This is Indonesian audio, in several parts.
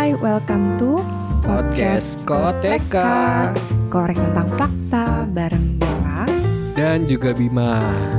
Hai, welcome to Podcast Koteka. Korek tentang fakta bareng Bella Dan juga Bima.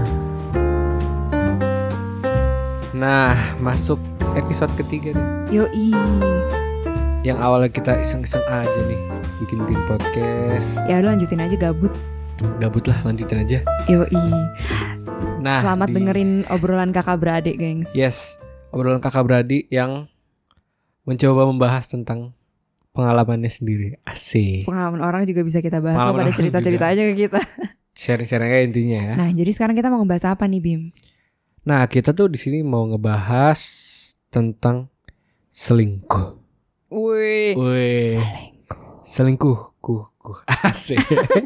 Nah, masuk episode ketiga nih. Yoi. Yang awalnya kita iseng-iseng aja nih bikin podcast. Ya udah lanjutin aja gabut. Gabut lah, lanjutin aja. Yoi. Nah, Selamat dengerin obrolan kakak beradik, gengs. Yes, obrolan kakak beradik yang mencoba membahas tentang pengalamannya sendiri. Asik. Pengalaman orang juga bisa kita bahas. Pengalaman Pada orang cerita-cerita juga. aja ke kita. Sharing-sharing aja intinya ya. Nah, jadi sekarang kita mau ngebahas apa nih, Bim? Nah, kita tuh di sini mau ngebahas tentang selingkuh. Wih. Wih. Selingkuh. Asik.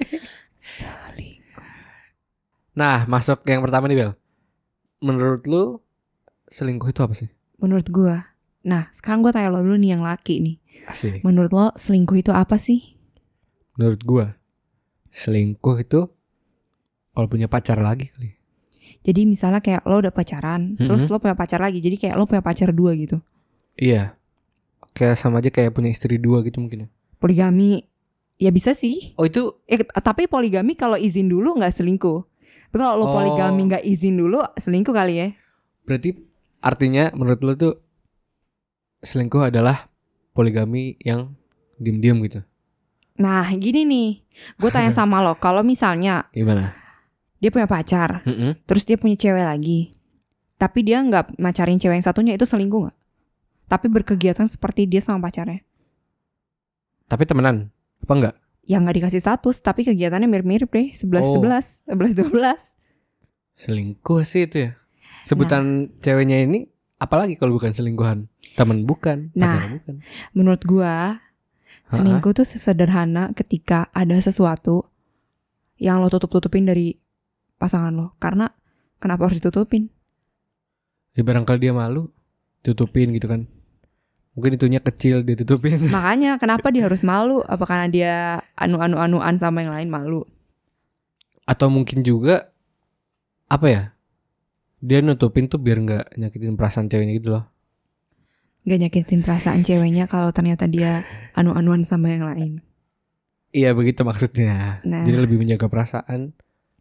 Selingkuh. Nah, masuk yang pertama nih, Bel. Menurut lu selingkuh itu apa sih? Menurut gua. Nah, sekarang gua tanya lo dulu nih yang laki nih. Asik. Menurut lo selingkuh itu apa sih? Menurut gua selingkuh itu kalau punya pacar lagi kali. Jadi misalnya kayak lo udah pacaran, terus lo punya pacar lagi. Jadi kayak lo punya pacar dua gitu. Iya. Kayak sama aja kayak punya istri dua gitu mungkin ya. Poligami. Ya bisa sih. Oh, itu Tapi poligami kalau izin dulu gak selingkuh. Tapi kalau lo poligami gak izin dulu, selingkuh kali ya. berarti artinya menurut lu tuh selingkuh adalah poligami yang diam-diam gitu. Nah gini nih, gue tanya sama lo, kalau misalnya Gimana? dia punya pacar, terus dia punya cewek lagi, tapi dia gak macarin cewek yang satunya, itu selingkuh gak? Tapi berkegiatan seperti dia sama pacarnya. Tapi temenan apa enggak? Yang gak dikasih status, tapi kegiatannya mirip-mirip deh. 11-11, 11-12. Selingkuh sih itu ya. Sebutan ceweknya ini apalagi kalau bukan selingkuhan? Temen bukan, pacar bukan. Menurut gua selingkuh tuh sesederhana ketika ada sesuatu yang lo tutup-tutupin dari pasangan lo. Karena kenapa harus ditutupin? Ya barangkali dia malu, tutupin gitu kan. Mungkin itunya kecil dia tutupin. Makanya kenapa dia harus malu? Apa karena dia anu-anuan sama yang lain malu? Atau mungkin juga apa ya? Dia nutupin tuh biar gak nyakitin perasaan ceweknya gitu loh. Gak nyakitin perasaan ceweknya kalau ternyata dia anu-anuan sama yang lain. Iya begitu maksudnya. Nah. Jadi lebih menjaga perasaan.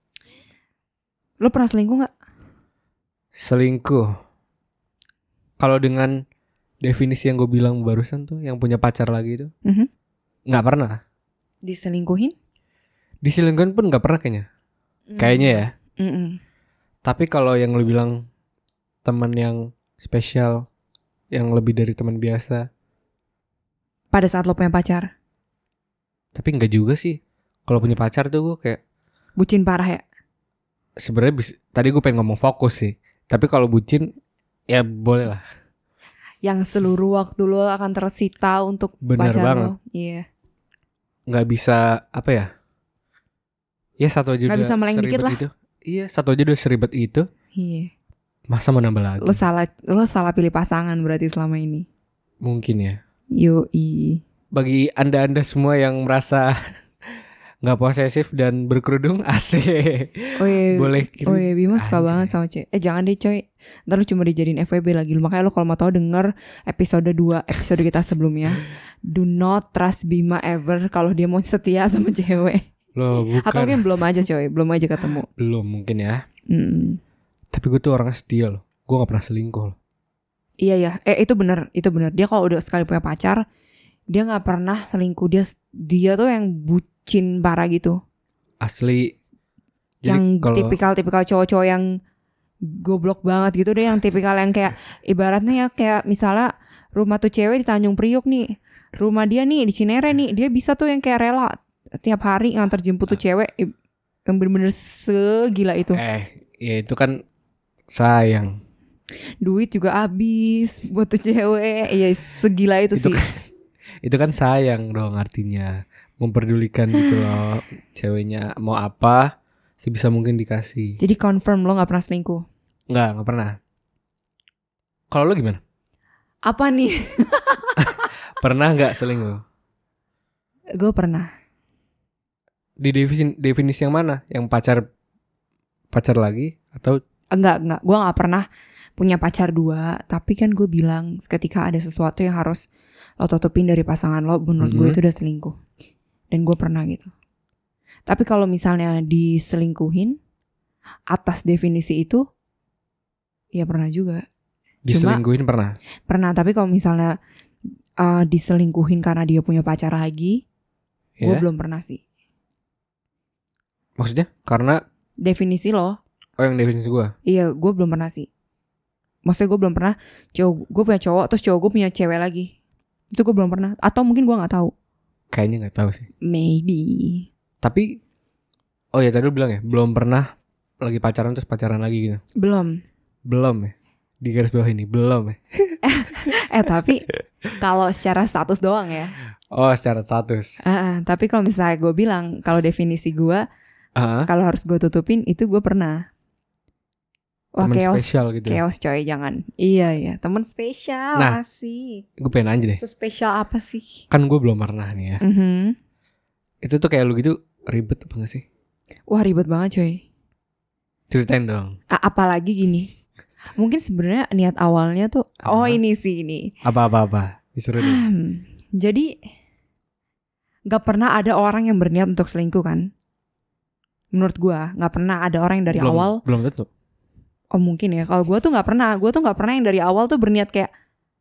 Lo pernah selingkuh gak? Selingkuh. Kalau dengan definisi yang gue bilang barusan tuh, yang punya pacar lagi itu, gak pernah. Diselingkuhin? Diselingkuhin pun gak pernah kayaknya. Kayaknya ya. Tapi kalau yang lu bilang teman yang spesial, yang lebih dari teman biasa. Pada saat lo punya pacar? Tapi enggak juga sih. Kalau punya pacar tuh gue kayak Bucin parah ya? sebenarnya tadi gue pengen ngomong fokus sih. Tapi kalau bucin ya boleh lah. Yang seluruh waktu lo akan tersita untuk Bener pacar banget. lo. Iya. Nggak bisa apa ya? Ya satu aja Nggak udah bisa meleng seribet dikit lah. itu. Iya, satu aja udah seribet itu. Iya. Masa mau nambah lagi? Lo salah pilih pasangan berarti selama ini. Mungkin ya. Yoi. Bagi anda semua yang merasa nggak posesif dan berkerudung, asik. Oh iya. Boleh kirim. Oh iya, Bima suka Anjay. banget sama cewek. Jangan deh coy. Ntar lu cuma dijadiin FWB lagi. Makanya lo kalau mau tahu denger episode 2 episode kita sebelumnya. Do not trust Bima ever kalau dia mau setia sama cewek. Loh, bukan. Atau mungkin belum aja coy. Belum aja ketemu. Belum mungkin ya. Mm. Tapi gue tuh orangnya setia loh. Gue gak pernah selingkuh loh. Iya ya. Itu benar. Dia kalau udah sekali punya pacar, dia nggak pernah selingkuh. Dia tuh yang bucin parah gitu. Asli. Yang kalau tipikal cowok-cowok yang goblok banget gitu deh. Yang tipikal yang kayak ibaratnya ya kayak misalnya rumah tuh cewek di Tanjung Priok nih, rumah dia nih di Cinere nih, dia bisa tuh yang kayak rela tiap hari nganter jemput tuh cewek yang bener-bener segila itu. ya itu kan sayang. Duit juga habis buat tuh cewek. Ya segila itu sih. Itu kan sayang dong artinya. Memperdulikan gitu loh. Ceweknya mau apa sebisa mungkin dikasih. Jadi confirm lo gak pernah selingkuh? Gak pernah. Kalau lo gimana? Apa nih? Pernah gak selingkuh? Gue pernah. Di definisi yang mana? Yang pacar lagi atau? Enggak. Gue gak pernah punya pacar dua. Tapi kan gue bilang ketika ada sesuatu yang harus lo tutupin dari pasangan lo, menurut gue itu udah selingkuh. Dan gue pernah gitu. Tapi kalau misalnya diselingkuhin atas definisi itu, ya pernah juga. Diselingkuhin pernah? Pernah, tapi kalau misalnya diselingkuhin karena dia punya pacar lagi, gue belum pernah sih. Maksudnya? Karena definisi lo. Oh, yang definisi gue? Iya, gue belum pernah sih. Maksudnya gue belum pernah gue punya cowok terus cowok gue punya cewek lagi. Itu gue belum pernah. Atau mungkin gue gak tahu. Kayaknya gak tahu sih. Maybe. Tapi oh ya tadi lu bilang ya belum pernah lagi pacaran terus pacaran lagi gitu. Belum ya. Di garis bawah ini belum ya. Tapi kalau secara status doang ya. Oh, secara status. Tapi kalau misalnya gue bilang kalau definisi gue kalau harus gue tutupin itu gue pernah. Wah, temen chaos, spesial gitu. Chaos coy, jangan. Iya, temen spesial. Nah, sih. Gue pengen nanya deh. Sespesial apa sih? Kan gue belum pernah nih ya. Itu tuh kayak lu gitu ribet apa gak sih? Wah, ribet banget coy. Ceritain dong. Apalagi gini. Mungkin sebenarnya niat awalnya tuh ini sih ini. Apa disuruh deh. Jadi gak pernah ada orang yang berniat untuk selingkuh kan? Menurut gue gak pernah ada orang yang dari awal. Belum tentu. Oh mungkin ya. Kalau gue tuh gak pernah yang dari awal tuh berniat kayak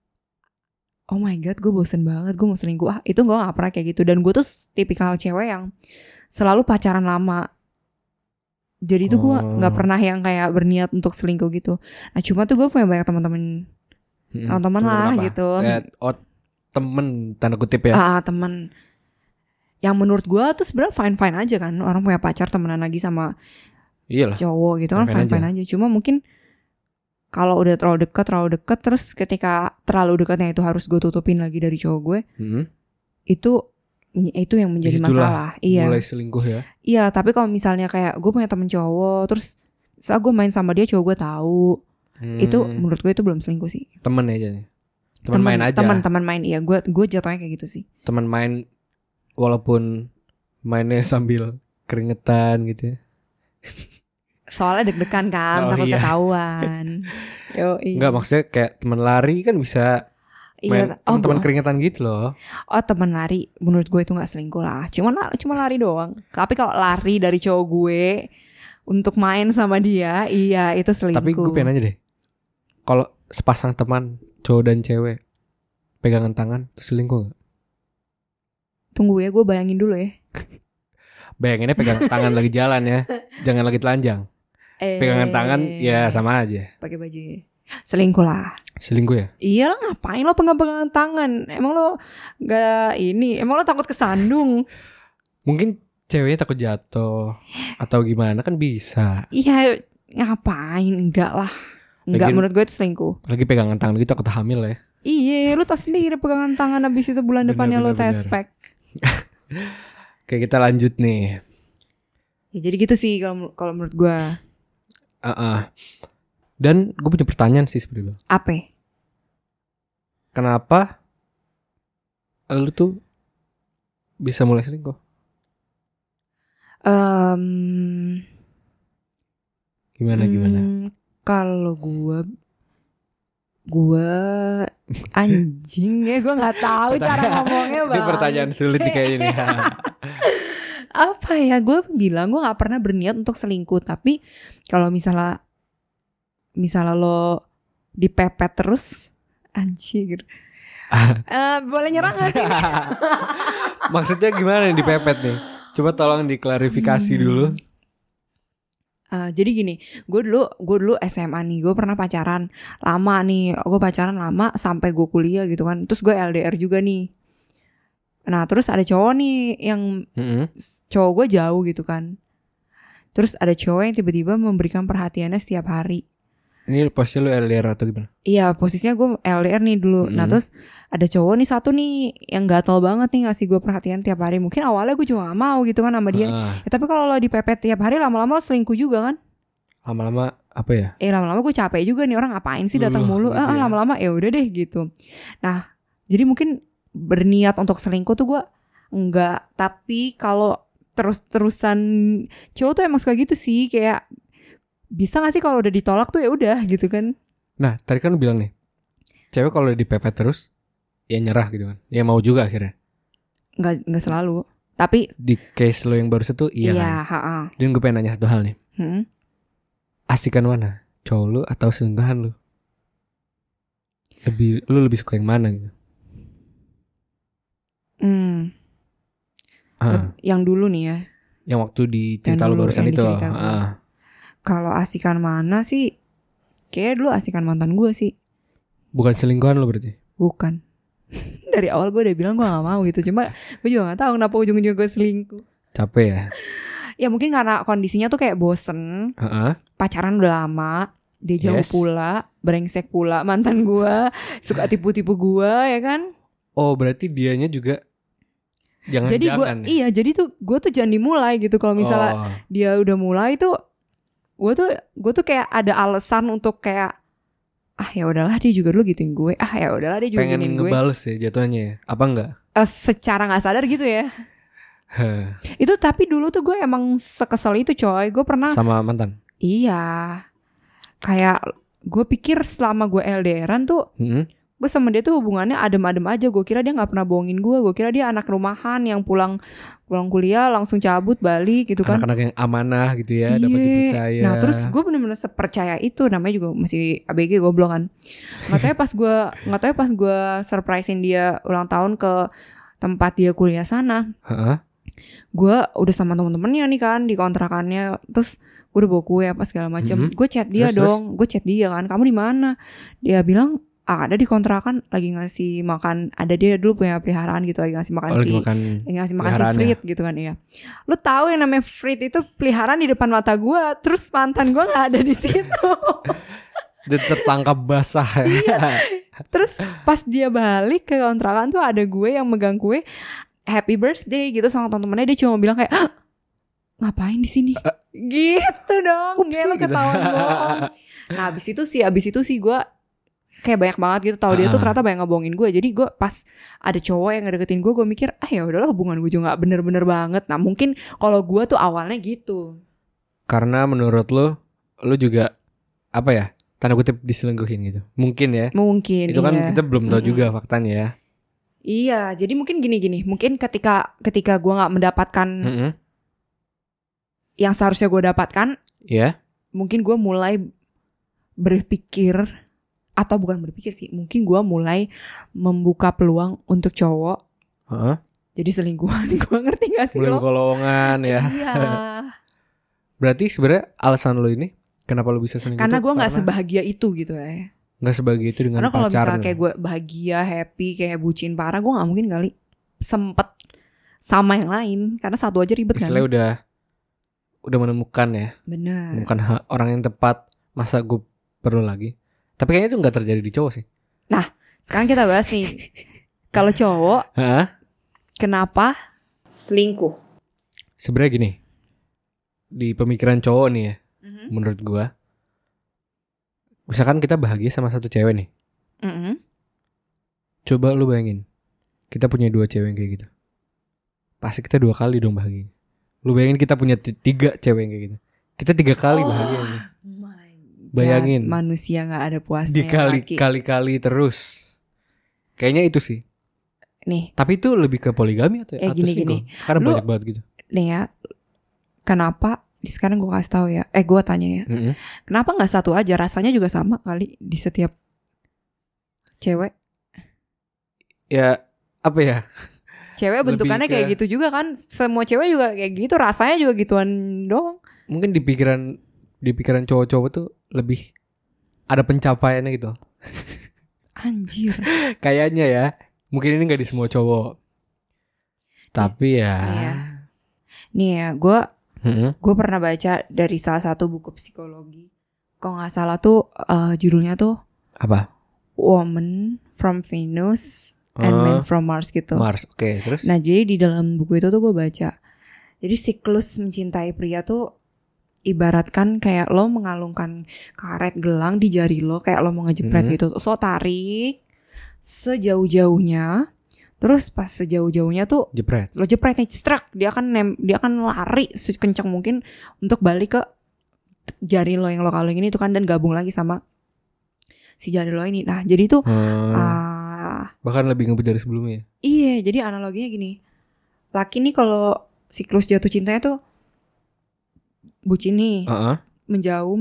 oh my god gue bosen banget gue mau selingkuh. Itu gue gak pernah kayak gitu. Dan gue tuh tipikal cewek yang selalu pacaran lama. Jadi tuh gue gak pernah yang kayak berniat untuk selingkuh gitu. Nah cuma tuh gue punya banyak teman-teman lah apa? Gitu. Temen tanda kutip ya. Temen yang menurut gue tuh sebenarnya fine aja kan. Orang punya pacar temenan lagi sama Iyalah, cowok gitu kan fine aja. Cuma mungkin kalau udah terlalu dekat terus ketika terlalu dekatnya itu harus gue tutupin lagi dari cowok gue. Itu yang menjadi masalah. Iya. Mulai selingkuh ya. Iya, tapi kalau misalnya kayak gue punya temen cowok terus saat gue main sama dia cowok gue tahu. Itu menurut gue itu belum selingkuh sih. Temen aja nih. Temen main aja. Teman main iya. Gue jatuhnya kayak gitu sih. Temen main walaupun mainnya sambil keringetan gitu ya. Soalnya deg-degan kan, takut ketahuan. Enggak, maksudnya kayak teman lari kan bisa main teman keringetan gitu loh. Oh, teman lari menurut gue itu gak selingkuh lah. Cuma lari doang. Tapi kalau lari dari cowok gue untuk main sama dia, iya itu selingkuh. Tapi gue pengen aja deh. Kalau sepasang teman cowok dan cewek pegangan tangan itu selingkuh gak? Tunggu ya, gue bayangin dulu ya. Bayanginnya pegangan tangan lagi jalan ya. Jangan lagi telanjang. Pegangan tangan ya sama aja. Pakai baju. Selingkuh lah. Selingkuh ya? Iya lah, ngapain lo pegangan tangan? Emang lo gak ini? Emang lo takut kesandung? Mungkin ceweknya takut jatuh atau gimana kan bisa. Iya, ngapain? Enggak lah. Enggak, menurut gue itu selingkuh. Lagi pegangan tangan gitu takut hamil ya. Iya, lo tas sendiri pegangan tangan abis itu bulan depannya lo tes pack. Oke, kita lanjut nih. Ya jadi gitu sih kalau menurut gue. Dan gue punya pertanyaan sih sebenarnya. Apa? Kenapa lu tuh bisa mulai selingkuh? Gimana? Kalau gue anjing ya, gue nggak tahu cara ngomongnya bang. Ini pertanyaan sulit nih kayak ini. Apa ya? Gue bilang gue nggak pernah berniat untuk selingkuh, tapi kalau misalnya lo dipepet terus, anjir. Boleh nyerang nggak sih? Maksudnya gimana nih dipepet nih? Coba tolong diklarifikasi dulu. Jadi gini, gue dulu SMA nih, gue pernah pacaran lama nih, gue pacaran lama sampai gue kuliah gitu kan, terus gue LDR juga nih. Nah terus ada cowok nih yang cowok gue jauh gitu kan, terus ada cowok yang tiba-tiba memberikan perhatiannya setiap hari. Ini posisi lu LDR atau gimana? Iya, posisinya gue LDR nih dulu. Nah terus ada cowok nih satu nih yang gatel banget nih ngasih gue perhatian tiap hari. Mungkin awalnya gue juga gak mau gitu kan sama dia. Ya, tapi kalau lo dipepet tiap hari, lama-lama lo selingkuh juga kan? Lama-lama apa ya? Lama-lama gue capek juga nih, orang ngapain sih datang mulu. Gitu ya. Lama-lama ya udah deh gitu. Nah jadi mungkin berniat untuk selingkuh tuh gue enggak. Tapi kalau terus-terusan cowok tuh emang suka gitu sih, kayak bisa gak sih kalau udah ditolak tuh ya udah gitu kan. Nah tadi kan lu bilang nih, cewek kalau udah dipepet terus ya nyerah gitu kan. Ya mau juga akhirnya. Nggak selalu. Tapi di case lo yang baru itu iya kan. Dan gue pengen nanya satu hal nih. Asikan mana? Cowok lu atau selingkuhan lu? Lu lebih suka yang mana gitu? Yang dulu nih ya. Yang waktu di cerita lu barusan itu. Kalau asikan mana sih? Kayaknya dulu asikan mantan gue sih. Bukan selingkuhan lu berarti? Bukan. Dari awal gue udah bilang gue gak mau gitu. Cuma gue juga gak tahu kenapa ujung-ujungnya gue selingkuh. Capek ya? Ya mungkin karena kondisinya tuh kayak bosen. Pacaran udah lama. Dia jauh pula. Brengsek pula mantan gue. Suka tipu-tipu gue ya kan. Oh berarti dianya juga jangan-jangan. Iya jadi tuh gue tuh jangan dimulai gitu. Kalau misalnya dia udah mulai tuh gue tuh kayak ada alasan untuk kayak ya udahlah dia juga dulu gituin gue. Ya udahlah dia juga gituin gue. Pengen ngebales ya jatuhnya ya? Apa enggak? Secara nggak sadar gitu ya. Itu tapi dulu tuh gue emang sekesel itu coy. Gue pernah sama mantan. Iya. Kayak gue pikir selama gue LDRan tuh gue sama dia tuh hubungannya adem-adem aja. Gue kira dia gak pernah bohongin gue. Gue kira dia anak rumahan yang pulang kuliah langsung cabut balik gitu kan. Anak-anak yang amanah gitu ya. Dapat dipercaya. Nah terus gue bener-bener sepercaya itu. Namanya juga masih ABG goblok kan. Gak tau pas gue surprisein dia ulang tahun ke tempat dia kuliah sana. Gue udah sama temen-temennya nih kan di kontrakannya. Terus gue udah bawa kue apa segala macam. Gue chat dia dong. Gue chat dia kan. Kamu di mana? Dia bilang ada di kontrakan lagi ngasih makan. Ada dia dulu punya peliharaan gitu. Lagi ngasih makan ngasih makan si Frit gitu kan. Iya. Lu tahu yang namanya Frit itu peliharaan di depan mata gue. Terus mantan gue gak ada di situ. Dia tertangkap basah. Iya. Terus pas dia balik ke kontrakan tuh ada gue yang megang kue happy birthday gitu sama temen-temennya. Dia cuma bilang kayak ngapain di sini? Gitu dong. Lu ketahuan bohong. Nah abis itu sih gue kayak banyak banget gitu tahu dia tuh ternyata banyak ngebohongin gue. Jadi gue pas ada cowok yang ngedeketin gue mikir ya udahlah hubungan gue juga gak bener-bener banget. Nah mungkin kalau gue tuh awalnya gitu. Karena menurut lo juga apa ya, tanda kutip diselingkuhin gitu. Mungkin ya. Mungkin. Itu kan kita belum tahu juga faktanya ya. Iya, jadi mungkin gini. Mungkin ketika gue gak mendapatkan yang seharusnya gue dapatkan, mungkin gue mulai berpikir. Atau bukan berpikir sih, mungkin gue mulai membuka peluang untuk cowok. Jadi selingkuhan. Gue ngerti gak sih mulai lo? Mulai golongan ya. Iya. Berarti sebenarnya alasan lo ini kenapa lo bisa selingkuh? Karena gue gak sebahagia itu gitu ya. Gak sebahagia itu dengan pacar. Karena kalau misalnya kayak gue bahagia, happy, kayak bucin parah, gue gak mungkin kali sempet sama yang lain. Karena satu aja ribet kan. Istilahnya udah menemukan ya. Benar. Menemukan orang yang tepat. Masa gue perlu lagi? Tapi kayaknya itu gak terjadi di cowok sih. Nah sekarang kita bahas nih. Kalau cowok kenapa selingkuh? Sebenarnya gini, di pemikiran cowok nih ya, menurut gue, misalkan kita bahagia sama satu cewek nih, coba lu bayangin, kita punya 2 cewek yang kayak gitu, pasti kita 2 kali dong bahagia. Lu bayangin kita punya 3 cewek yang kayak gitu, kita 3 kali bahagia nih. Bayangin manusia gak ada puasnya. Dikali-kali terus. Kayaknya itu sih. Nih. Tapi itu lebih ke poligami atau gini. Karena banyak banget gitu. Nih ya. Kenapa? Sekarang gue kasih tahu ya. Gue tanya ya. Kenapa gak satu aja? Rasanya juga sama kali di setiap cewek. Ya apa ya? Cewek bentukannya kayak gitu juga kan. Semua cewek juga kayak gitu. Rasanya juga gituan doang. Mungkin di pikiran cowok-cowok tuh lebih ada pencapaiannya gitu. Anjir. Kayaknya ya. Mungkin ini gak di semua cowok. Tapi ya. Iya. Nih ya, gue pernah baca dari salah satu buku psikologi. Kalau gak salah tuh judulnya tuh apa? Woman from Venus and Man from Mars gitu. Mars, oke. Terus? Nah jadi di dalam buku itu tuh gue baca. Jadi siklus mencintai pria tuh ibaratkan kayak lo mengalungkan karet gelang di jari lo, kayak lo mau ngejepret gitu. So tarik sejauh-jauhnya, terus pas sejauh-jauhnya tuh lo jepret nih, strak, dia akan lari sekencang mungkin untuk balik ke jari lo yang lo kalungin itu kan, dan gabung lagi sama si jari lo ini. Nah jadi tuh Nah, bahkan lebih ngebut dari sebelumnya. iya, jadi analoginya gini. Laki nih kalau siklus jatuh cintanya tuh bucin nih. Menjauh.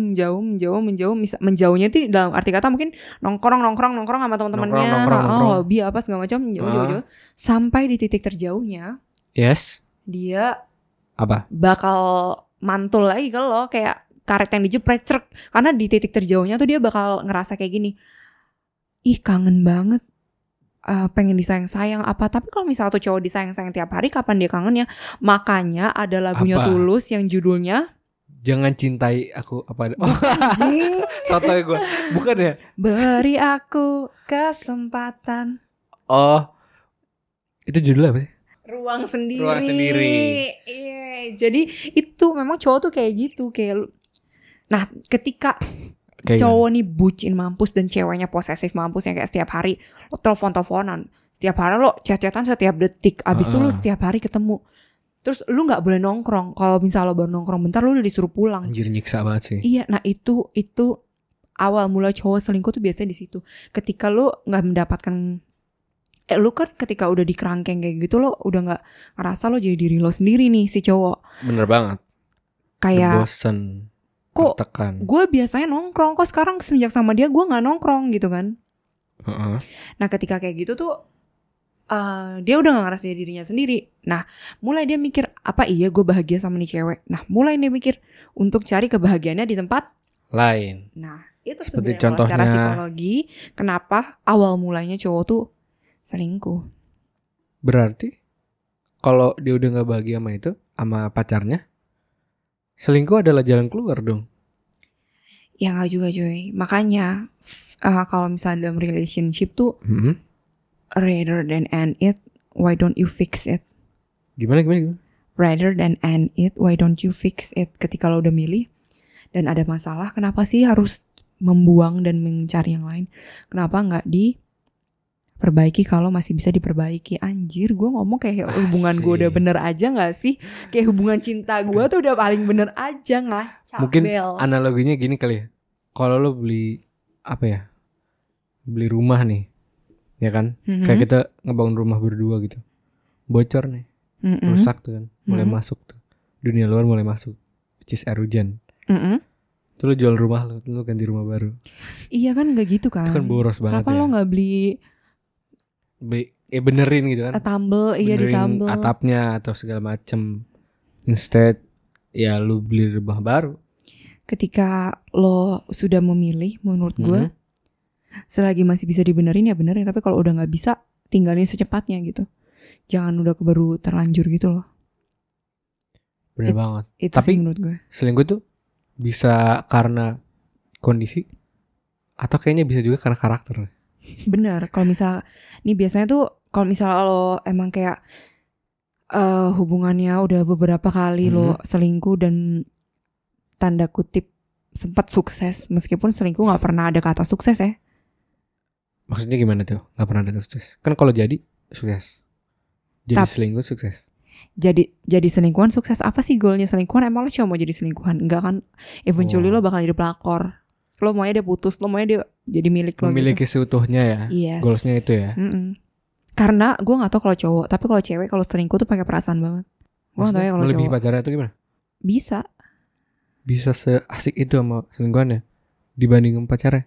Menjauhnya tuh dalam arti kata mungkin nongkrong sama teman-temannya. Hobi apa segala macam jauh. Sampai di titik terjauhnya. Yes. Dia apa? Bakal mantul lagi ke lo kayak karet yang dijepret cerk. Karena di titik terjauhnya tuh dia bakal ngerasa kayak gini. Ih, kangen banget. Pengen disayang-sayang apa. Tapi kalau misalnya tuh cowok disayang-sayang tiap hari, kapan dia kangennya? Makanya ada lagunya apa? Tulus yang judulnya Jangan cintai aku apa? Anjing. Sotoy gue. Bukan ya? Beri aku kesempatan. Oh. Itu judulnya apa sih? Ruang sendiri. Ruang sendiri. Iya. Jadi itu memang cowok tuh kayak gitu, kayak. Nah, ketika cowok nih bucin mampus dan ceweknya posesif mampus yang kayak setiap hari lo telepon-teleponan, setiap hari lo chat-chatan setiap detik, abis itu lo setiap hari ketemu. Terus lu gak boleh nongkrong. Kalau misalnya lo baru nongkrong bentar, lu udah disuruh pulang. Anjir, nyiksa banget sih. Iya, nah itu awal mula cowok selingkuh tuh biasanya di situ. Ketika lu gak mendapatkan lu kan ketika udah di kerangkeng kayak gitu, lo udah gak ngerasa lo jadi diri lo sendiri nih si cowok. Bener banget. Kayak bosen, kok tertekan. Gue biasanya nongkrong, kok sekarang semenjak sama dia gue gak nongkrong gitu kan. Nah ketika kayak gitu tuh dia udah gak ngerasa dirinya sendiri. Nah mulai dia mikir, apa iya gue bahagia sama nih cewek. Nah mulai dia mikir untuk cari kebahagiaannya di tempat lain. Nah itu seperti sebenarnya contohnya secara psikologi, kenapa awal mulanya cowok tuh selingkuh. Berarti kalau dia udah gak bahagia sama itu, sama pacarnya, selingkuh adalah jalan keluar dong. Ya gak juga Joy. Makanya kalau misalnya dalam relationship tuh rather than end it, why don't you fix it? Gimana? Rather than end it, why don't you fix it? Ketika lo udah milih dan ada masalah, kenapa sih harus membuang dan mencari yang lain? Kenapa gak diperbaiki kalau masih bisa diperbaiki? Anjir, gue ngomong kayak hubungan gue udah bener aja gak sih? Kayak hubungan cinta gue tuh udah paling bener aja gak? Mungkin analoginya gini kali ya. Kalau lo beli beli rumah nih, ya kan? Kayak kita ngebangun rumah berdua gitu, bocor nih, rusak tuh kan, mulai masuk tuh dunia luar, mulai masuk, which is air hujan. Tuh lo jual rumah lo ganti rumah baru. Iya kan, gak gitu kan? Itu kan boros banget. Kenapa lo gak beli benerin gitu kan? Tumble, iya ditambel atapnya atau segala macem. Instead ya lo beli rumah baru. Ketika lo sudah memilih, menurut gue selagi masih bisa dibenerin ya benerin. Tapi kalau udah gak bisa, tinggalin secepatnya gitu. Jangan udah keburu terlanjur gitu loh. Bener banget. Itu tapi sih menurut gue. Selingkuh tuh bisa karena kondisi, atau kayaknya bisa juga karena karakter. Bener. Kalau misal nih biasanya tuh kalau misal lo emang kayak hubungannya udah beberapa kali lo selingkuh dan tanda kutip sempat sukses, meskipun selingkuh gak pernah ada kata sukses ya. Maksudnya gimana tuh? Gak pernah ada sukses. Kan kalau jadi sukses, jadi selingkuh sukses. Jadi selingkuhan sukses. Apa sih goalnya selingkuhan? Emang lo cuma mau jadi selingkuhan? Enggak kan? Eventually lo bakal jadi pelakor. Lo maunya dia putus, lo maunya dia jadi milik lo. Memiliki gitu seutuhnya ya. Yes. Goalsnya itu ya. Karena gue gak tahu kalau cowok, tapi kalau cewek kalau selingkuh tuh pakai perasaan banget. Gue gak tahu ya kalau cowok. Lebih pacarnya tuh gimana? Bisa seasik itu sama selingkuhannya dibanding sama pacarnya.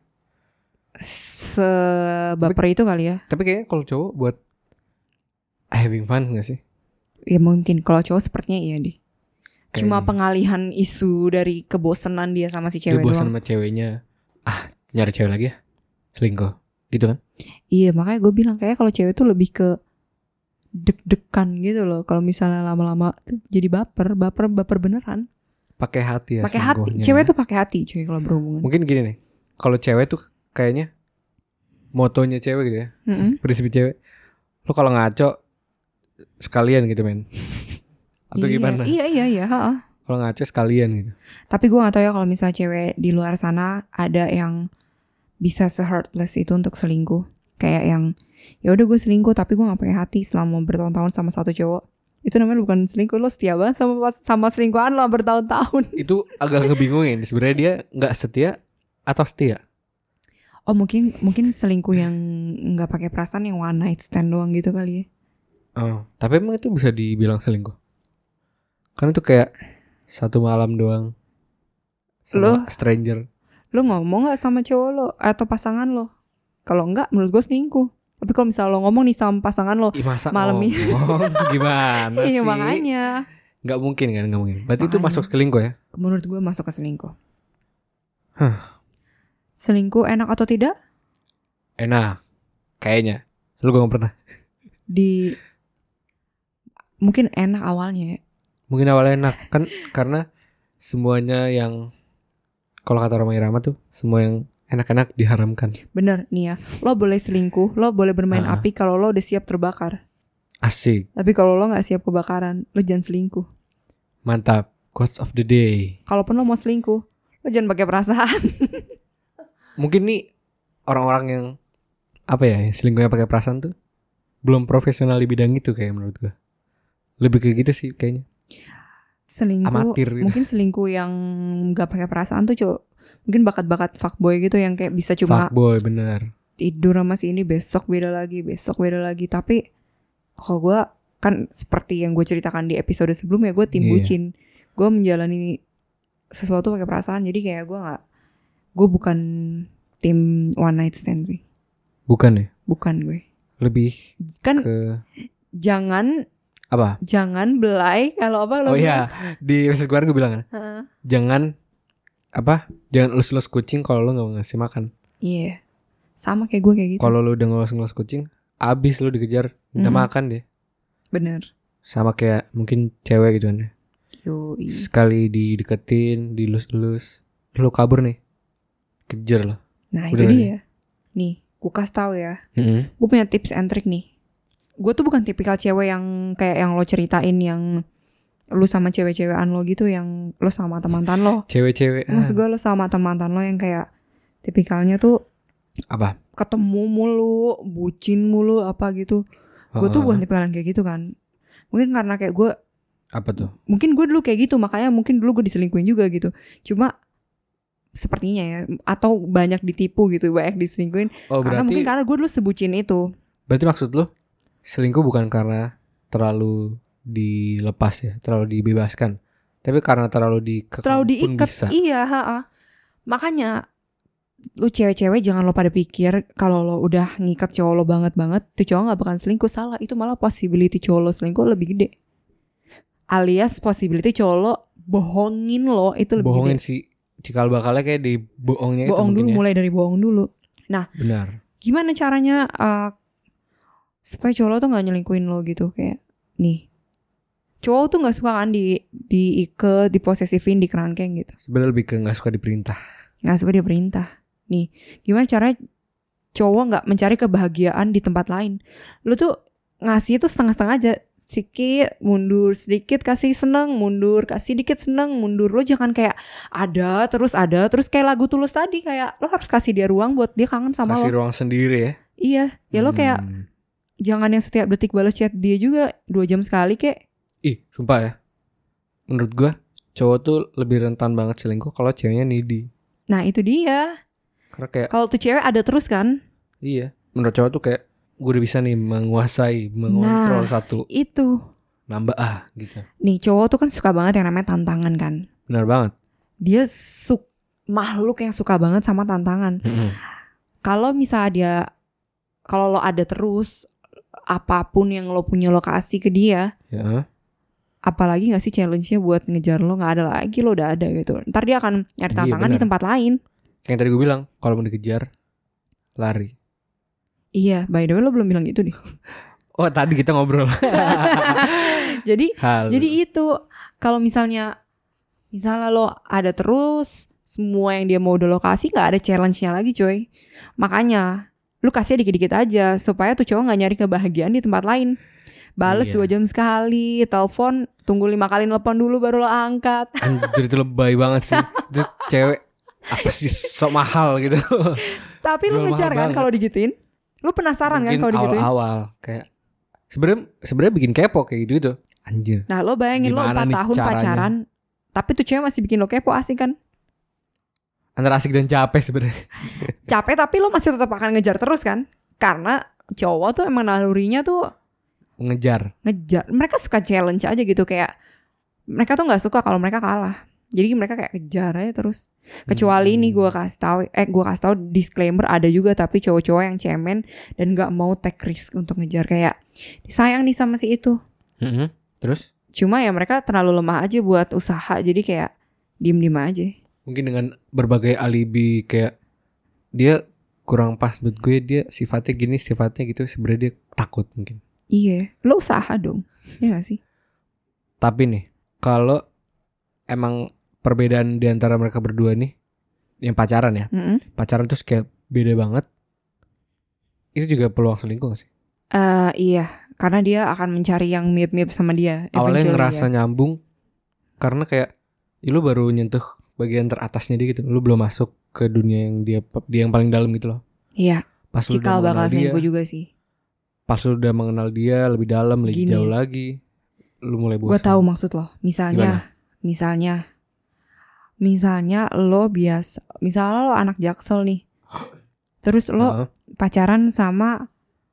Sebaper itu kali ya. Tapi kayaknya kalau cowok buat having fun gak sih? Ya mungkin. Kalau cowok sepertinya iya deh. Cuma pengalihan isu dari kebosanan dia sama si cewek doang. Dia bosan sama ceweknya. Nyari cewek lagi ya, selingkuh gitu kan. Iya, makanya gue bilang kayak kalau cewek tuh lebih ke deg-degan gitu loh. Kalau misalnya lama-lama tuh jadi baper beneran. Pakai hati ya. Pakai hati. Cewek tuh pakai hati cuy kalau berhubungan. Mungkin gini nih. Kalau cewek tuh kayaknya motonya cewek gitu ya. Prinsip cewek, lo kalau ngaco sekalian gitu men. Atau gimana? Iya. Kalau ngaco sekalian gitu. Tapi gue gak tahu ya kalau misalnya cewek di luar sana ada yang bisa se-heartless itu untuk selingkuh. Kayak yang ya udah gue selingkuh tapi gue gak pakai hati selama bertahun-tahun sama satu cowok. Itu namanya bukan selingkuh, lo setia banget sama selingkuhan lo bertahun-tahun. Itu agak ngebingungin. Sebenarnya dia gak setia atau setia? Oh mungkin selingkuh yang nggak pakai perasaan, yang one night stand doang gitu kali ya. Oh, tapi emang itu bisa dibilang selingkuh? Kan itu kayak satu malam doang sama stranger. Lo ngomong gak sama cowok lo atau pasangan lo? Kalau enggak, menurut gue selingkuh. Tapi kalau misalnya lo ngomong nih sama pasangan lo malam ini, gimana sih? Iya makanya. Gak mungkin kan, gak mungkin. Berarti itu masuk selingkuh ya? Menurut gue masuk ke selingkuh. Selingkuh enak atau tidak? Enak, kayaknya. Lu gak pernah. Mungkin enak awalnya ya. Mungkin awalnya enak kan, karena semuanya yang, kalau kata Rhoma Irama tuh, semua yang enak-enak diharamkan. Bener nih ya, lo boleh selingkuh, lo boleh bermain api kalau lo udah siap terbakar. Asik. Tapi kalau lo gak siap kebakaran, lo jangan selingkuh. Mantap, quotes of the day. Kalaupun lo mau selingkuh, lo jangan pakai perasaan. Mungkin nih orang-orang yang yang selingkuhnya pakai perasaan tuh belum profesional di bidang itu kayak menurut gue. Lebih kayak gitu sih kayaknya. Selingkuh, amatir gitu. Mungkin selingkuh yang gak pakai perasaan tuh mungkin bakat-bakat fuckboy gitu yang kayak bisa cuma fuckboy, bener. Tidur sama si ini, besok beda lagi. Tapi kalau gue kan seperti yang gue ceritakan di episode sebelumnya, gue tim bucin. Gue menjalani sesuatu pakai perasaan. Jadi kayak gue bukan tim one night stand sih. Bukan ya? Bukan gue. Lebih kan ke jangan apa? Jangan belai kalau apa lo. Oh iya, di episode kemarin gue bilang kan. Jangan elus-elus kucing kalau lo gak ngasih makan. Iya. Sama kayak gue kayak gitu. Kalau lo udah ngelus-ngelus kucing, abis lo dikejar minta makan deh. Bener. Sama kayak mungkin cewek gitu kan ya. Yoi. Sekali dideketin, dilus-elus, lo kabur nih, kejar lo. Nah udah itu dia. Nih, gue kasih tahu ya. Gue punya tips and trick nih. Gue tuh bukan tipikal cewek yang kayak yang lo ceritain, yang lu sama cewek-cewekan lo gitu, yang lo sama mantan lo. Cewek-cewek. Maksud gue lo sama mantan lo yang kayak tipikalnya tuh apa? Ketemu mulu, bucin mulu apa gitu. Gue tuh bukan tipikal yang kayak gitu kan. Mungkin karena kayak gue, apa tuh? Mungkin gue dulu kayak gitu, makanya mungkin dulu gue diselingkuhin juga gitu. Cuma sepertinya ya, atau banyak ditipu gitu, banyak diselingkuhin. Karena gue dulu sebucin itu. Berarti maksud lo selingkuh bukan karena terlalu dilepas ya, terlalu dibebaskan, tapi karena terlalu diikat bisa. Iya, makanya lu cewek-cewek jangan lo pada pikir kalau lo udah ngikat cowok lo banget tuh cowok gak bakalan selingkuh. Salah, itu malah possibility cowok lo selingkuh lebih gede. Alias possibility cowok lo bohongin lo itu lebih bohongin gede. Si cikal bakalnya kayak dibohongnya bohong itu dulu ya. Mulai dari bohong dulu. Nah, benar. Gimana caranya supaya cowok lo tuh gak nyelingkuhin lo gitu. Kayak nih, cowok tuh gak suka kan diikat, diposesifin, dikerangkeng gitu. Sebenarnya lebih ke gak suka diperintah. Gak suka diperintah. Nih, gimana caranya cowok gak mencari kebahagiaan di tempat lain. Lu tuh ngasih tuh setengah-setengah aja. Sedikit mundur, sedikit kasih seneng, mundur, kasih dikit seneng, mundur. Lu jangan kayak ada terus kayak lagu Tulus tadi. Kayak lo harus kasih dia ruang buat dia kangen sama kasih lo. Kasih ruang sendiri ya. Iya, ya lo kayak jangan yang setiap detik balas chat dia juga 2 jam sekali kayak. Sumpah ya, menurut gue cowok tuh lebih rentan banget selingkuh kalau ceweknya needy. Nah itu dia. Karena kayak kalau tuh cewek ada terus kan. Iya, menurut cowok tuh kayak gue udah bisa nih mengontrol satu. Itu nambah gitu. Nih cowok tuh kan suka banget yang namanya tantangan kan. Benar banget. Dia makhluk yang suka banget sama tantangan. Kalau misalnya kalau lo ada terus, apapun yang lo punya lokasi ke dia, ya. Apalagi gak sih challenge-nya buat ngejar lo, gak ada lagi, lo udah ada gitu. Ntar dia akan nyari tantangan di tempat lain. Kayak tadi gue bilang, kalau mau dikejar, lari. Iya, by the way lo belum bilang gitu nih. Oh tadi kita ngobrol. Jadi itu, kalau misalnya lo ada terus, semua yang dia mau udah lokasi, gak ada challenge-nya lagi coy. Makanya lu kasih dikit-dikit aja supaya tuh cowok gak nyari kebahagiaan di tempat lain. Bales 2 jam sekali, telepon, tunggu 5 kali nelpon dulu baru lo angkat. Anjir itu lebay banget sih. Itu cewek apa sih sok mahal gitu. Tapi lu ngejar kan kalau digituin? Lu penasaran mungkin kan kalau digituin? Awal-awal kayak sebenarnya bikin kepo kayak gitu. Anjir. Nah, lo bayangin lo 4 tahun caranya pacaran, tapi tuh cewek masih bikin lo kepo, asik kan? Antara asik dan capek sebenarnya. Capek tapi lo masih tetap akan ngejar terus kan? Karena cowok tuh emang nalurinya tuh ngejar. Mereka suka challenge aja gitu, kayak mereka tuh nggak suka kalau mereka kalah. Jadi mereka kayak kejar aja terus. Kecuali nih gue kasih tahu disclaimer, ada juga tapi cowok-cowok yang cemen dan nggak mau take risk untuk ngejar, kayak sayang nih sama si itu. Terus? Cuma ya mereka terlalu lemah aja buat usaha, jadi kayak diem-diem aja. Mungkin dengan berbagai alibi kayak dia kurang pas buat gue, dia sifatnya gini, sifatnya gitu, sebenarnya dia takut mungkin. Iya, lo usaha dong, ya gak sih? Tapi nih, kalau emang perbedaan di antara mereka berdua nih, yang pacaran ya, pacaran terus kayak beda banget, itu juga peluang selingkuh gak sih? Iya, karena dia akan mencari yang mirip-mirip sama dia. Awalnya ngerasa nyambung, karena kayak lu baru nyentuh bagian teratasnya dia gitu, lu belum masuk ke dunia yang dia yang paling dalam gitu loh. Iya. Pas cikal bakal selingkuh juga sih. Pas lu udah mengenal dia lebih dalam, lebih jauh lagi, lu mulai bosan. Gue tahu maksud lo. Misalnya lo misalnya lo anak Jaksel nih, terus lo pacaran sama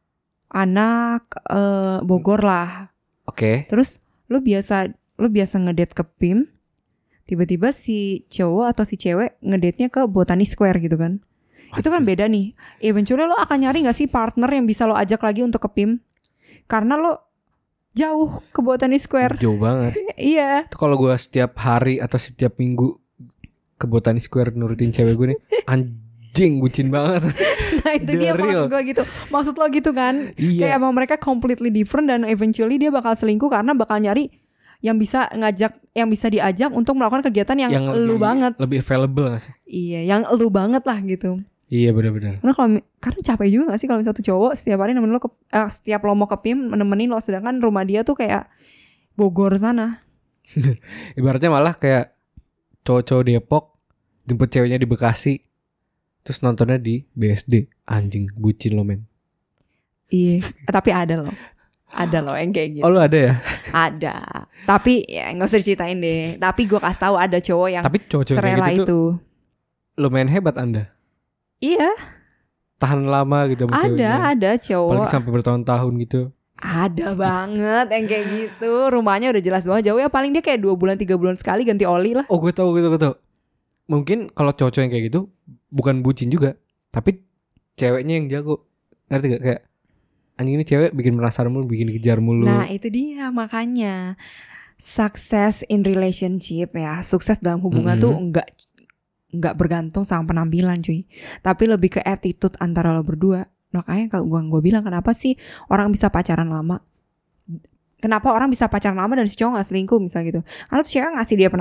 anak Bogor lah. Oke. Terus lo biasa ngedate ke PIM. Tiba-tiba si cowok atau si cewek ngedate-nya ke Botani Square gitu kan. Itu kan beda nih. Eventually lo akan nyari gak sih partner yang bisa lo ajak lagi untuk ke PIM? Karena lo jauh ke Botani Square. Jauh banget. Iya. Itu kalau gue setiap hari atau setiap minggu ke Botani Square nurutin cewek gue nih, anjing bucin banget. Nah itu dia maksud gue gitu. Maksud lo gitu kan. Iya. Kayak emang mereka completely different, dan eventually dia bakal selingkuh karena bakal nyari yang bisa diajak untuk melakukan kegiatan yang elu banget. Lebih available gak sih? Iya, yang elu banget lah gitu. Iya benar-benar. Karena capek juga gak sih kalau satu cowok setiap hari nemenin lo setiap lo mau ke PIM nemenin lo, sedangkan rumah dia tuh kayak Bogor sana. Ibaratnya malah kayak cowok-cowok Depok jemput ceweknya di Bekasi, terus nontonnya di BSD. Anjing bucin lo men. Iya, tapi ada loh yang kayak gitu. Oh lo ada ya? Ada. Tapi ya gak usah diceritain deh. Tapi gue kasih tahu ada cowok yang serela gitu itu. Lumayan hebat Anda. Iya. Tahan lama gitu sama ceweknya. Ada cowok. Apalagi sampai bertahun-tahun gitu. Ada banget yang kayak gitu. Rumahnya udah jelas banget jauh ya. Paling dia kayak 2 bulan 3 bulan sekali ganti oli lah. Oh gue tahu. Mungkin kalau cowok yang kayak gitu bukan bucin juga, tapi ceweknya yang jago. Ngerti gak? Kayak anjing ini cewek bikin penasaran mulu, bikin kejar mulu. Nah itu dia makanya success in relationship ya, sukses dalam hubungan tuh nggak bergantung sama penampilan cuy, tapi lebih ke attitude antara lo berdua. Makanya kalau gue bilang kenapa sih orang bisa pacaran lama, kenapa orang bisa pacaran lama dan si cowok nggak selingkuh misalnya gitu, karena tuh cewek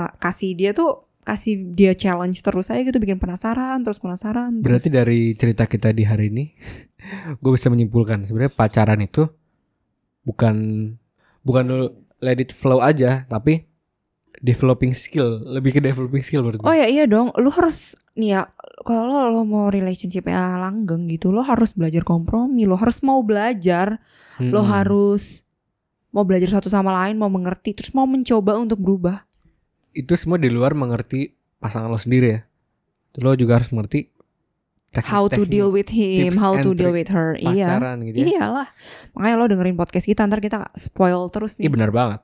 kasih dia challenge terus aja gitu, bikin penasaran. Berarti dari cerita kita di hari ini gue bisa menyimpulkan sebenarnya pacaran itu bukan lo let it flow aja, tapi developing skill, lebih ke developing skill berarti. Oh ya iya dong, lu harus nih ya, kalau lo mau relationship langgeng gitu, lo harus belajar kompromi, lo harus mau belajar, lo harus mau belajar satu sama lain, mau mengerti, terus mau mencoba untuk berubah. Itu semua di luar mengerti pasangan lo sendiri ya. Lo juga harus mengerti how to deal with him, how to deal with her. Pacaran iya. Gitu ya. Iyalah. Makanya lo dengerin podcast kita, ntar kita spoil terus nih. Iya benar banget.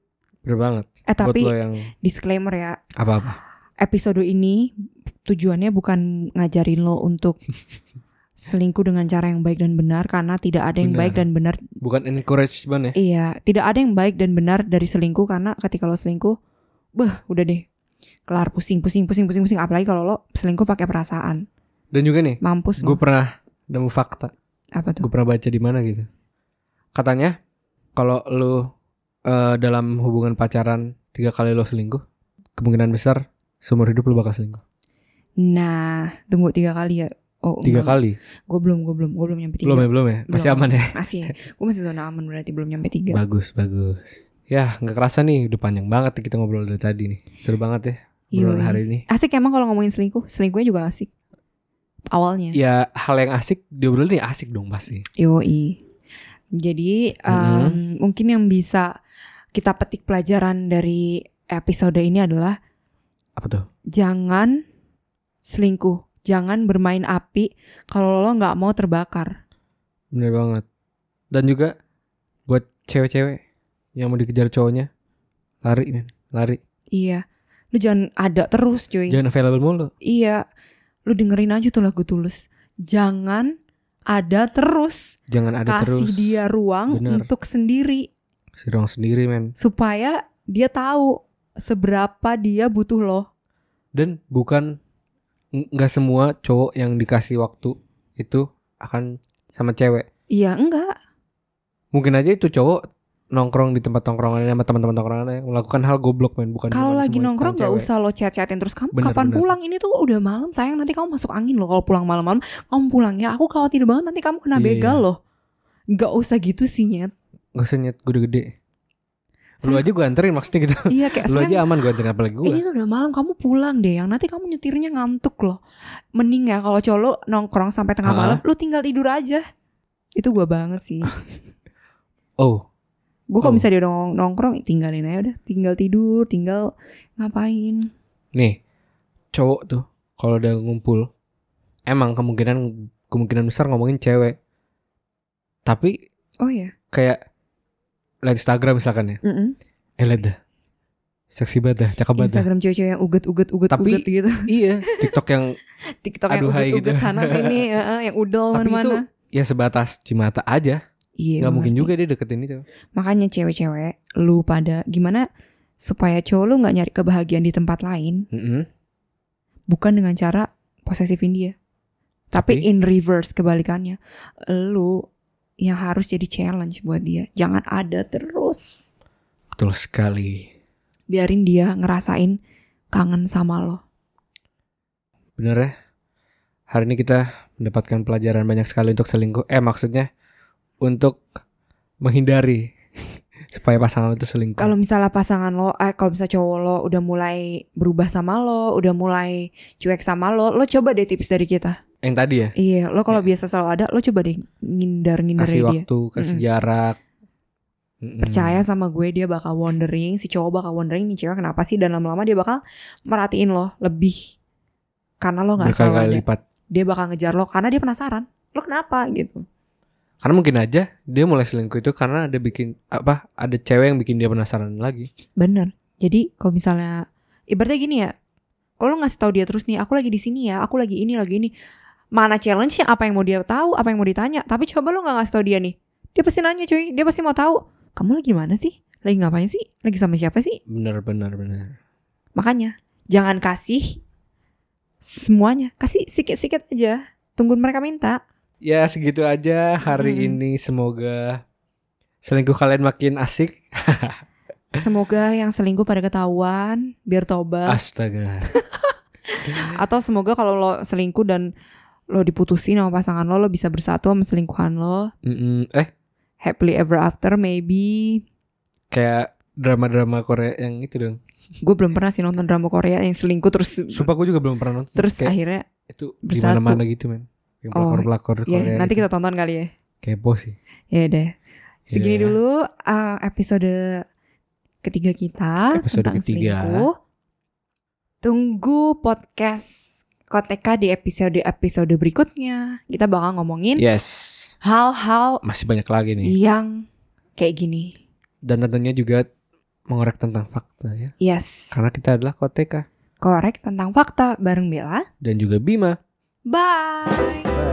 Tapi yang disclaimer ya. Apa-apa. Episode ini tujuannya bukan ngajarin lo untuk selingkuh dengan cara yang baik dan benar, karena tidak ada yang baik dan benar. Bukan encouragement ya. Iya, tidak ada yang baik dan benar dari selingkuh, karena ketika lo selingkuh, udah deh, kelar pusing. Apalagi kalau lo selingkuh pakai perasaan. Dan juga nih, mampus. Gue pernah nemu fakta. Apa tuh? Gue pernah baca di mana gitu. Katanya kalau lo dalam hubungan pacaran 3 kali lo selingkuh, kemungkinan besar seumur hidup lo bakal selingkuh. Nah, tunggu 3 kali ya. Oh, 3 kali. Gue belum nyampe 3. Belum ya. Masih aman ya. Gue masih zona aman, berarti belum nyampe 3. Bagus. Ya, nggak kerasa nih, udah panjang banget kita ngobrol dari tadi nih. Seru banget ya obrolan hari ini. Asik emang kalau ngomongin selingkuhnya juga asik. Awalnya. Ya, hal yang asik diobrolin nih asik dong pasti. Yoi. Jadi mungkin yang bisa kita petik pelajaran dari episode ini adalah apa tuh? Jangan selingkuh. Jangan bermain api kalau lo gak mau terbakar. Bener banget. Dan juga buat cewek-cewek yang mau dikejar cowoknya, lari men, lari. Iya. Lu jangan ada terus cuy. Jangan available mulu. Iya. Lu dengerin aja tuh lagu Tulus. Jangan ada terus. Jangan ada terus. Kasih dia ruang untuk sendiri. Kasih ruang sendiri men. Supaya dia tahu seberapa dia butuh lo. Dan bukan, gak semua cowok yang dikasih waktu itu akan sama cewek. Iya enggak. Mungkin aja itu cowok nongkrong di tempat tongkrongannya sama teman-teman tongkrongannya melakukan hal goblok men, bukan. Kalau lagi nongkrong gak usah lo chat-chatin terus, kamu kapan pulang, ini tuh udah malam sayang, nanti kamu masuk angin loh kalau pulang malam-malam. Kamu pulang ya, aku khawatir banget nanti kamu kena begal loh. Gak usah gitu sih Nyet. Gak usah Nyet, gue udah gede. Lu aja gue anterin maksudnya gitu. Iya kayak lu aja aman gue anterin, apalagi gue. Ini tuh udah malam, kamu pulang deh, yang nanti kamu nyetirnya ngantuk loh. Mending ya kalau cowok lo nongkrong sampai tengah malam, lu tinggal tidur aja. Itu gue banget sih. Gue kalau misalnya dia nongkrong, tinggalin aja udah. Tinggal tidur, tinggal ngapain. Nih, cowok tuh kalau udah ngumpul, emang kemungkinan besar ngomongin cewek. Tapi kayak liat Instagram misalkan ya. Liat dah, seksi banget dah, cakep banget dah. Instagram cewek-cewek yang uget gitu. Iya, TikTok yang yang uget sana sini, yang udel mana-mana. Tapi itu ya sebatas cimata aja. Iya, gak mungkin juga dia deketin itu. Makanya cewek-cewek, lu pada gimana supaya cowok lu gak nyari kebahagiaan di tempat lain. Bukan dengan cara posesifin dia, tapi in reverse, kebalikannya. Lu yang harus jadi challenge buat dia. Jangan ada terus. Betul sekali. Biarin dia ngerasain kangen sama lo. Bener ya. Hari ini kita mendapatkan pelajaran banyak sekali untuk selingkuh. Maksudnya untuk menghindari supaya pasangan lo itu selingkuh. Kalau misalnya pasangan lo, kalau misalnya cowok lo udah mulai berubah sama lo, udah mulai cuek sama lo coba deh tips dari kita. Yang tadi ya? Iya, lo kalau biasa selalu ada, lo coba deh ngindar dia. Kasih waktu, kasih jarak. Percaya sama gue, dia bakal wondering, si cowok bakal wondering nih cewek kenapa sih, dan lama-lama dia bakal merhatiin lo lebih. Karena lo gak selalu ada. Lipat. Dia bakal ngejar lo karena dia penasaran. Lo kenapa gitu. Karena mungkin aja dia mulai selingkuh itu karena ada cewek yang bikin dia penasaran lagi. Bener. Jadi kalau misalnya ibaratnya gini ya, kalau lo ngasih tahu dia terus nih, aku lagi di sini ya, aku lagi ini. Mana challenge-nya? Apa yang mau dia tahu? Apa yang mau ditanya? Tapi coba lo nggak ngasih tahu dia nih, dia pasti nanya cuy. Dia pasti mau tahu. Kamu lagi di mana sih? Lagi ngapain sih? Lagi sama siapa sih? Bener. Makanya jangan kasih semuanya, kasih sikit-sikit aja. Tunggu mereka minta. Ya segitu aja hari ini. Semoga selingkuh kalian makin asik. Semoga yang selingkuh pada ketahuan biar tobat. Astaga. Atau semoga kalau lo selingkuh dan lo diputusin sama pasangan lo bisa bersatu sama selingkuhan lo. Happily ever after maybe. Kayak drama-drama Korea yang itu dong. Gue belum pernah sih nonton drama Korea yang selingkuh terus. Sumpah gue juga belum pernah nonton. Terus kayak akhirnya itu gimana-mana gitu men. Yang pelakor-pelakor Korea. Nanti kita tonton kali ya. Kepo sih. Ya deh. Segini dulu episode ketiga kita tentang selingkuh. Tunggu podcast Koteka di episode berikutnya. Kita bakal ngomongin hal-hal masih banyak lagi nih yang kayak gini. Dan tentunya juga mengorek tentang fakta ya. Yes. Karena kita adalah Koteka. Korek tentang fakta bareng Bella dan juga Bima. Bye.